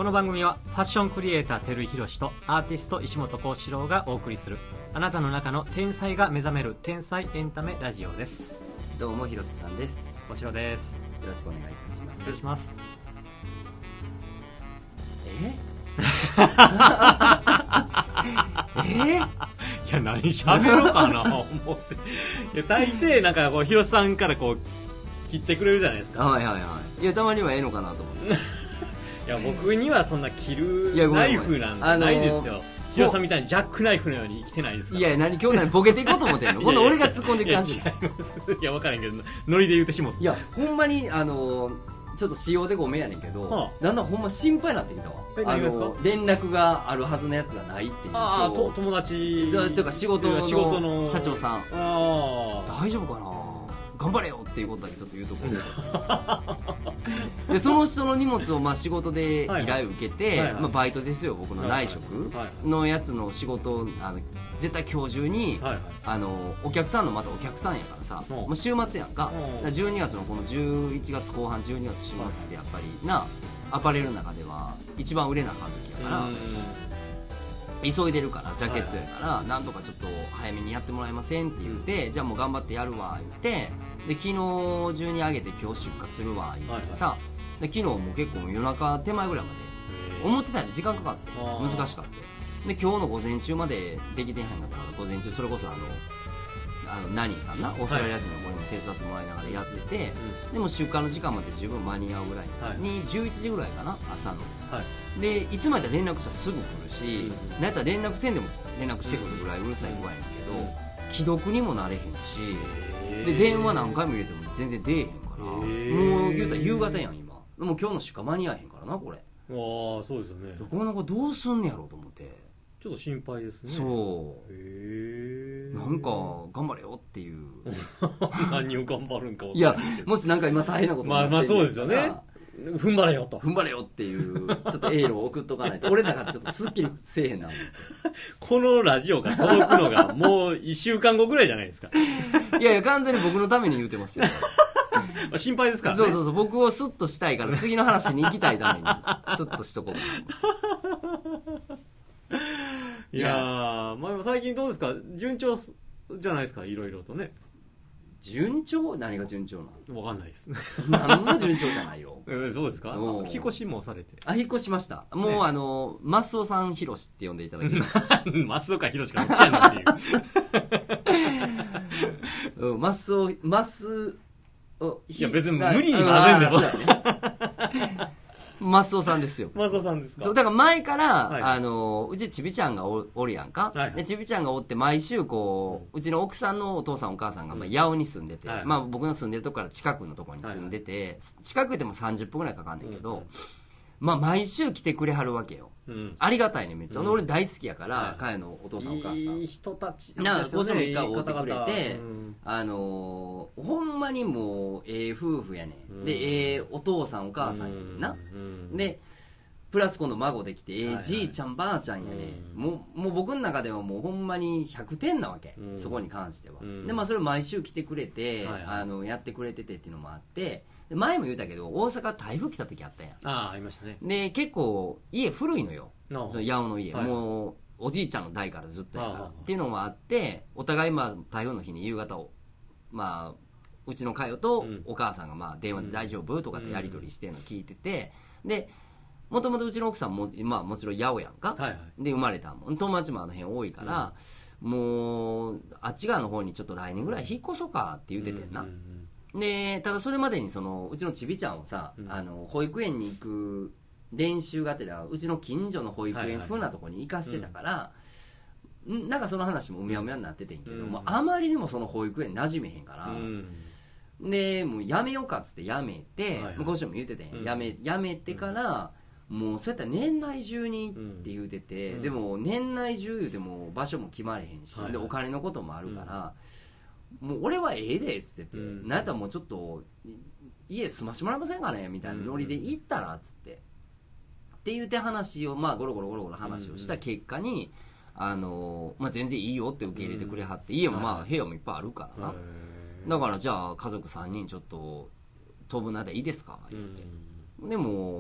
この番組はファッションクリエイター照井宏とアーティスト石本幸四郎がお送りするあなたの中の天才が目覚める天才エンタメラジオです。 どうも広瀬さんです。 幸四郎です。 よろしくお願いいたします。 お願いします。いや何喋ろうかな思っていや大抵なんかこう広瀬さんからこう切ってくれるじゃないですか。 はいはいはい。いやたまにはええのかなと思っていや僕にはそんな切るナイフなんてないですよ。広瀬さんみたいにジャックナイフのように生きてないですから。 いや何今日何ボケていこうと思ってんの今度俺が突っ込んでいく感じ。 いや分からんけどノリで言うてしもう。 いやほんまにちょっと仕様でごめんやねんけど、だんだんほんま心配になってきたわ。連絡があるはずのやつがないっていうと。 友達というか仕事の社長さん。大丈夫かな頑張れよっていうことだけちょっと言うところでその人の荷物をまあ仕事で依頼を受けて、まあ、バイトですよ僕の内職のやつの仕事を絶対今日中に、お客さんのまたお客さんやからさもう週末やんか。12月のこの11月後半12月週末ってやっぱりなアパレルの中では一番売れなあかん時やから急いでるからジャケットやからなんとかちょっと早めにやってもらえませんって言ってじゃあもう頑張ってやるわ言ってで昨日中にあげて今日出荷するわ言ってさで昨日も結構夜中手前ぐらいまで思ってたより時間かかって難しかったで今日の午前中までできてへんかったから午前中それこそナニーさんなオーストラリア人の子にも手伝ってもらいながらやっててでも出荷の時間まで十分間に合うぐらいに11時ぐらいかな朝のでいつまで連絡したらすぐ来るしなんやったら連絡せんでも連絡してくるぐらいうるさい子やねんけど既読にもなれへんしで電話何回も入れても全然出えへんからもう言うたら夕方やん今もう今日の出荷間に合えへんからなこれ。 ああそうですよね。 この子どうすんねやろうと思ってちょっと心配ですね。 そうなんか頑張れよっていう何を頑張るんか分からんけどいやもしなんか今大変なことになってまあそうですよね。踏ん張れよと踏ん張れよっていうちょっとエールを送っとかないと俺なんかちょっとすっきりせえへんなこのラジオが届くのがもう1週間後ぐらいじゃないですかいやいや完全に僕のために言うてますよ心配ですからね。 そうそうそう僕をスッとしたいから次の話に行きたいためにスッとしとこういやー、まあ、最近どうですか順調じゃないですかいろいろとね。 順調何が順調なの分かんないです何も順調じゃないよそうですか引っ越しもされて引っ越しましたもう、ね、マスオさんヒロシって呼んでいただきますマスオかヒロシかどっちやなっていうマスいや別に無理に混ぜんだよマスオさんですよ。 マスオさんですか。 そうだから前から、うちちびちゃんがおるやんか、でちびちゃんがおって毎週こううちの奥さんのお父さんお母さんが八尾に住んでて、まあ僕の住んでるとこから近くのところに住んでて、近くでも30分ぐらいかかんねんけど、まあ毎週来てくれはるわけよ、ありがたいねめっちゃ、俺大好きやから、かやのお父さんお母さんいい人たちなどうしても一回会うてくれて、ほんまにもう夫婦やねん、でお父さんお母さんやねんな、でプラス今度孫できてじいちゃんばあちゃんやね、もう僕の中ではもうほんまに100点なわけ、そこに関しては、でまあそれ毎週来てくれて、やってくれててっていうのもあって前も言うたけど大阪台風来た時あったやん。 ありましたね。 で結構家古いのよその八尾の家、もうおじいちゃんの代からずっとやからっていうのもあってお互いまあ台風の日に夕方をまあうちの佳代とお母さんがまあ電話で大丈夫とかってやり取りしてるの聞いてて、でもともとうちの奥さんも、まあ、もちろん八尾やんか、で生まれたもん友達もあの辺多いから、もうあっち側の方にちょっと来年ぐらい引っ越そうかって言っててんな、でただそれまでにうちのちびちゃんをさ、保育園に行く練習がてらうちの近所の保育園風なとこに行かしてたから、なんかその話もうみやむやになっててんけど、もうあまりにもその保育園馴染めへんから、でもうやめようかっつってやめて、こうしても言っててん、やめてから、もうそうやったら年内中にって言うてて、でも年内中言うても場所も決まれへんし、でお金のこともあるから、もう俺はええでっつってて、なんやったらもうちょっと家住ましてもらえませんかねみたいなノリで行ったらっつってって言うて話をまあゴロゴロ話をした結果に、まあ、全然いいよって受け入れてくれはって、家もまあ部屋もいっぱいあるからな、だからじゃあ家族3人ちょっと飛ぶなでいいですか言って、でも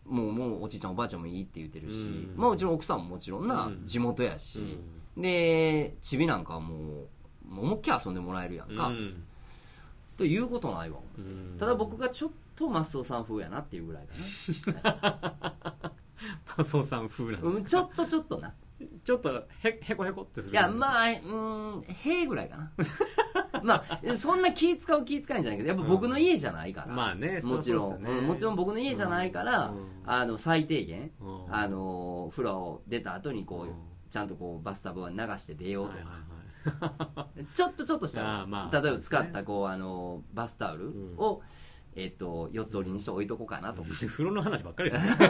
もうおじいちゃんおばあちゃんもいいって言ってるし、まあうちの奥さんももちろんな、地元やし、でちびなんかはもう思いっきり遊んでもらえるやんか、ということないわ、ただ僕がちょっとマスオさん風やなっていうぐらいかなマスオさん風なんですか、 ちょっとな、 ちょっとへこへこってする。 いやまあへぐらいかなまあそんな気使いんじゃないけど、やっぱ僕の家じゃないから、 まあね、 もちろん、もちろん僕の家じゃないから、最低限、風呂出た後にこう、ちゃんとこうバスタブは流して出ようとか、ちょっとしたら、例えば使ったこうバスタオルを、四つ折りにして置いとこうかなと思って。 風呂の話ばっかりですね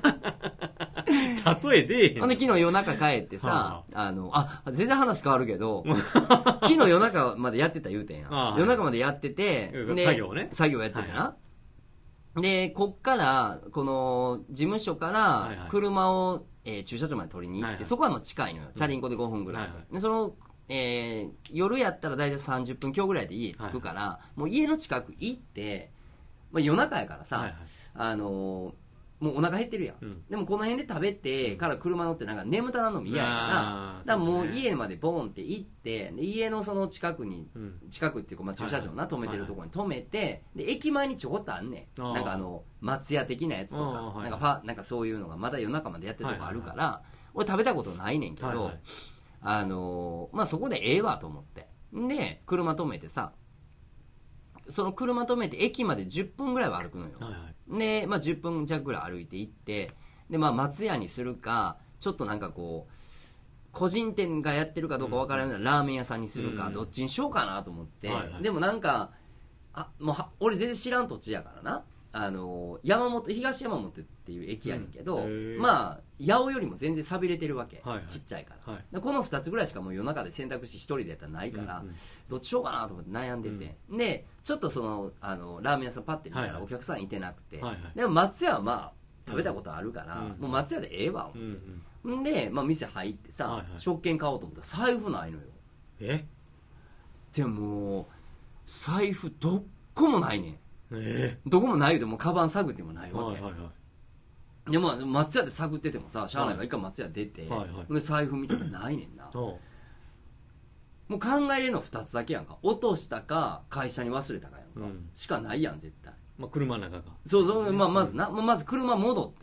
例えでほんで昨日夜中帰ってさ、全然話変わるけど昨日夜中までやってた言うてんや、夜中までやってて、作業やってたな、でこっからこの事務所から車を、駐車場まで取りに行って、そこはもう近いのよ、チャリンコで5分ぐらいで、その夜やったら大体30分今日ぐらいで家着くから、もう家の近く行って、夜中やからさ、もうお腹減ってるやん、でもこの辺で食べてから車乗ってなんか眠たらんのも嫌やから、だからもう家までボンって行って、で家のその近くに、近くっていうか、駐車場な止めてるところに止めて、で駅前にちょこっとあんねん、なんか松屋的なやつとか、なんかそういうのがまだ夜中までやってるとこあるから、俺食べたことないねんけど、そこでええわと思って、で車止めてさ、その車止めて駅まで10分ぐらいは歩くのよ、で、10分弱ぐらい歩いて行って、で松屋にするか、ちょっとなんかこう個人店がやってるかどうか分からないようなラーメン屋さんにするか、どっちにしようかなと思って、でもなんかもう俺全然知らん土地やからな、東山本っていう駅やねんけど、八尾よりも全然寂れてるわけ、ちっちゃいから、この2つぐらいしかもう夜中で選択肢1人でやったらないから、どっちしようかなと思って悩んでて、でちょっとそのラーメン屋さんパッて見たらお客さんいてなくて、でも松屋は食べたことあるから、もう松屋でええわ思って、で、店入ってさ、食券買おうと思ったら財布ないのよ。でも財布どっこもないねん、どこもないよ。でもカバン探ってもないわけ、でも松屋で探っててもさしゃあないから一回松屋出て、で財布見てもないねんな、もう考えれるの2つだけやんか、落としたか会社に忘れたかやんか、しかないやん絶対、 車の中がそう、まず車戻って、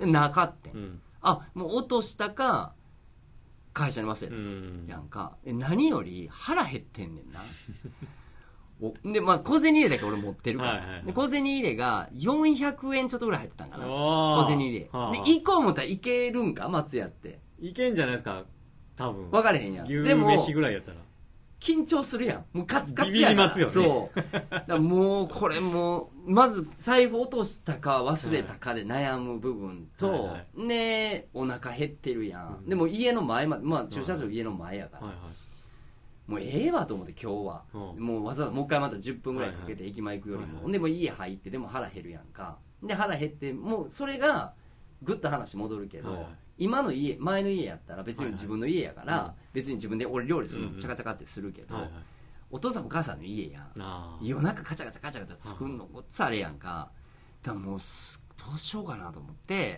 なかって、もう落としたか会社に忘れたやんか、何より腹減ってんねんなで小銭入れだけ俺持ってるから、で小銭入れが400円ちょっとぐらい入ってたんかな、小銭入れで行こう思ったら行けるんか、松屋って行けんじゃないですか多分、 分かれへんやん。 牛飯ぐらいやったら緊張するやん、もうカツカツビビりますよね。 そうだからもうこれもうまず財布落としたか忘れたかで悩む部分と、ね、お腹減ってるやん、でも家の前まで、駐車場家の前やから、もうええわと思って今日は、もうわざわざもう一回また10分ぐらいかけて駅前行くよりも、でも家入ってでも腹減るやんか、で腹減ってもうそれがぐっと話戻るけど、今の家前の家やったら別に自分の家やから、別に自分で俺料理するのチャカチャカってするけど、お父さんお母さんの家やん、夜中カチャカチャカチャカチャ作るのごっつあれやんか、だからもうどうしようかなと思って、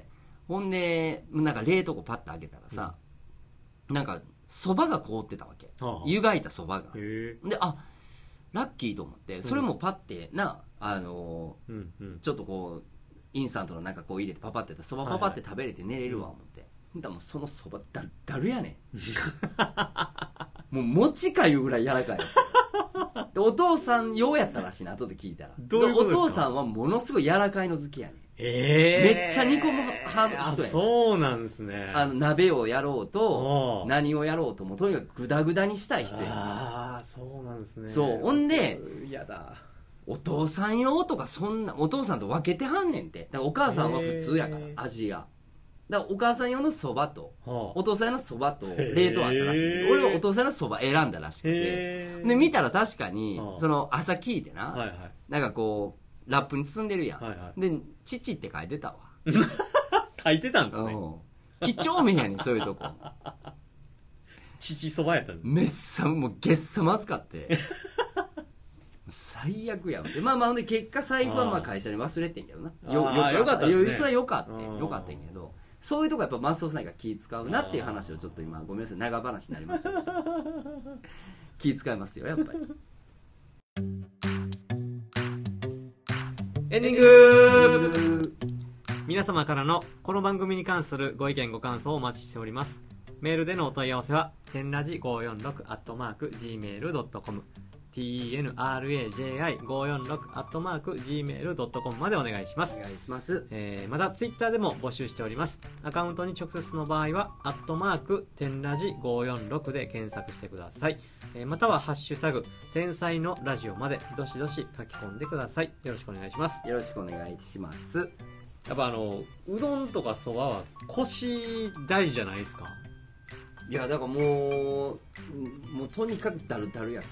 ほんでなんか冷凍庫パッと開けたらさ、なんかそばが凍ってたわけ、湯がいたそばが、でラッキーと思って、それもパッてな、ちょっとこうインスタントのなんかこう入れてパパってそばパパって食べれて寝れるわ思って、だもうそのそばだるやねんもう餅かいうぐらい柔らかいでお父さん用やったらしいな、後で聞いたら。お父さんはものすごい柔らかいの好きやねん。めっちゃ煮込む派の人やねん。 そうなんですね。 鍋をやろうと何をやろうともとにかくグダグダにしたい人やねん。 そうなんですね。 そうほんでやだ、 お父さん用とかそんなお父さんと分けてはんねんって。だからお母さんは普通やから味が。だからお母さん用のそばとお父さん用のそばと冷凍あったらしいけど、俺はお父さんのそば選んだらしくて、で見たら確かにその朝聞いてな、なんかこうラップに包んでるやん、で父って書いてたわ書いてたんですね。 几帳面やねんそういうとこ父そばやったんです。 めっさもうげっさまずかって最最悪やわ。でまあほんで結果財布はまあ会社に忘れてんけどな。 よかったですね。 それはよかったんやけど、そういうとこやっぱマスオさんが気使うなっていう話をちょっと今ごめんなさい長話になりましたけど気使いますよやっぱり。 エンディング。皆様からのこの番組に関するご意見ご感想をお待ちしております。メールでのお問い合わせは天ラジ546@gmail.com tenraji546@gmail.com までお願いします。 お願いします。 またツイッターでも募集しております。アカウントに直接の場合は天ラジ546で検索してください。またはハッシュタグ天才のラジオまでどしどし書き込んでください。よろしくお願いします。 よろしくお願いします。 やっぱうどんとかそばは腰大事じゃないですか。 いやだからもうとにかくダルダルや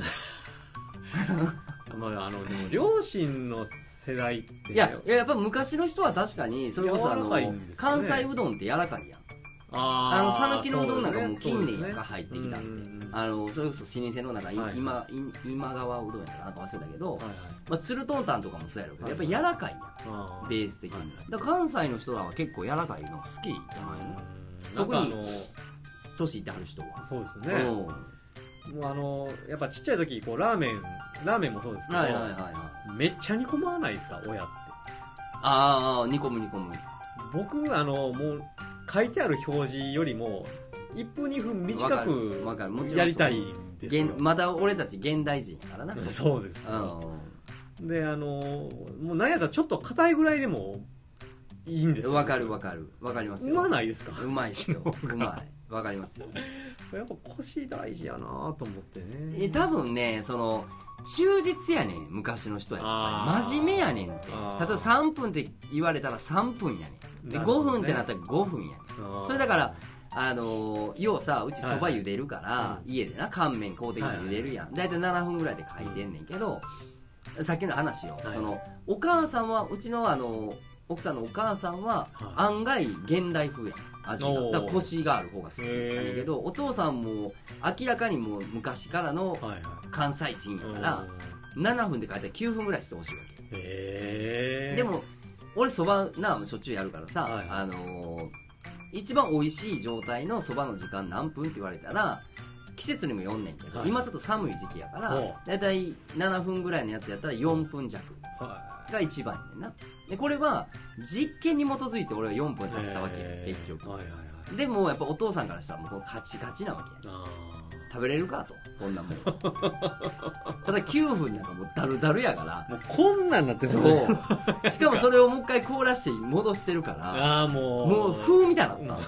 からまあでも両親の世代っていややっぱ昔の人は確かにそれこそ関西うどんって柔らかいやん。讃岐のうどんなんかもう近年が入ってきたんで、それこそ老舗のなんか今川うどんやったかなんか忘れたけど、まあ、鶴とんたんとかもそうやろうけどやっぱり柔らかいやんベース的に。だから関西の人らは結構柔らかいの好きじゃないの。特に年いってはる人は。 そうですね。もうやっぱちっちゃい時こうラーメンもそうですけど、めっちゃ煮込まないですか親って。 ああ煮込む。 僕もう書いてある表示よりも1分2分短くやりたいんですよ。 まだ俺たち現代人やからな。 そうです。でもう何やったらちょっと硬いぐらいでもいいんですよ。 わかりますよ。 うまないですか。 うまいですよ。うまい。わかりますよ。 やっぱ腰大事やなと思ってね。 多分ね忠実やねん昔の人やっぱり真面目やねんって。例えば3分って言われたら3分やねん。で5分ってなったら5分やねん。それだから要はさうちそば茹でるから、家でな乾麺買うてきて茹でるやん。だいたい7分ぐらいで書いてんねんけど、さっきの話よ、お母さんはうちの奥さんのお母さんは案外現代風やん味が。だからコシがある方が好きやねんけど、お父さんも明らかにもう昔からの関西人やから7分で書いたら9分ぐらいしてほしいわけ。でも俺そばなしょっちゅうやるからさ、一番美味しい状態のそばの時間何分って言われたら季節にもよんねんけど、今ちょっと寒い時期やからだいたい7分ぐらいのやつやったら4分弱が一番やねんな。でこれは実験に基づいて俺は4分足したわけよ結局。でもやっぱお父さんからしたらもうこのカチカチなわけや。食べれるかとこんなもんただ9分なんかもうダルダルやからもうこんなんなってる。 そうしかもそれをもう一回凍らして戻してるからもう風みたいになった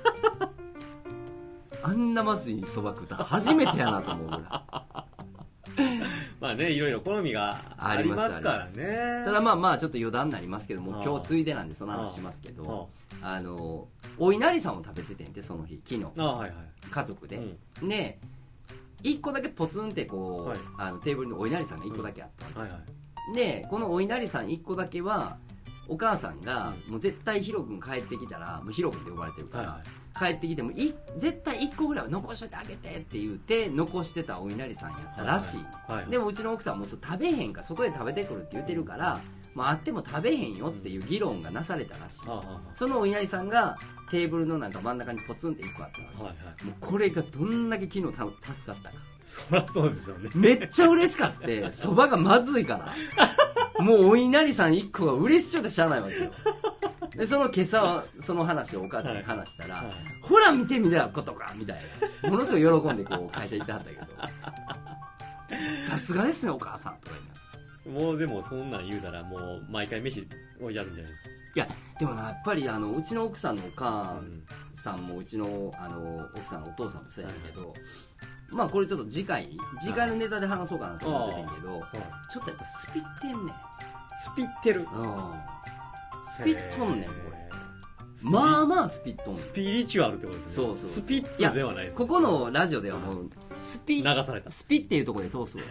あんなまずいそば食った初めてやなと思うぐらいまあねいろいろ好みがありますからね。 ただまあちょっと余談になりますけども今日ついでなんでその話しますけどお稲荷さんを食べててんてその日昨日家族で、で1個だけポツンってこう、テーブルにお稲荷さんが1個だけあった、でこのお稲荷さん1個だけはお母さんが、もう絶対ヒロ君帰ってきたらもうヒロ君って呼ばれてるから、帰ってきても絶対1個ぐらいは残しといてあげてって言って残してたお稲荷さんやったらしい、でもうちの奥さんも食べへんから外で食べてくるって言ってるから、あっても食べへんよっていう議論がなされたらしい、そのお稲荷さんがテーブルのなんか真ん中にポツンって1個あったわけ、もうこれがどんだけ昨日助かったか。 そりゃそうですよね。 めっちゃ嬉しかってそばがまずいからもうお稲荷さん1個が嬉しそうでしゃあないわけよ。で今朝その話をお母さんに話したら、ほら見てみたことかみたいなものすごい喜んでこう会社行ってはったけどさすがですねお母さんとか言うな。もうでもそんなん言うたらもう毎回飯をやるんじゃないですか。 いやでもなやっぱりうちの奥さんのお母さんもうちの奥さんのお父さんもそうやけど、まあこれちょっと次回のネタで話そうかなと思っててんけど、ちょっとやっぱスピってんねん。 スピってる。 スピっとんねんこれ。まあまあスピっとんねん。 スピリチュアルってことですね。そうスピッツではないです、 ここのラジオではもう流されたスピっていうところで通すわ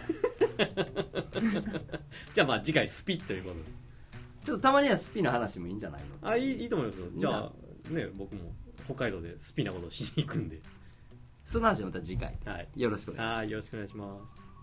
じゃあまあ次回スピということでちょっとたまにはスピの話もいいんじゃないの。 いいと思いますよ。じゃあね僕も北海道でスピなことしに行くんで、 その話はまた次回、よろしくお願いします。 よろしくお願いします。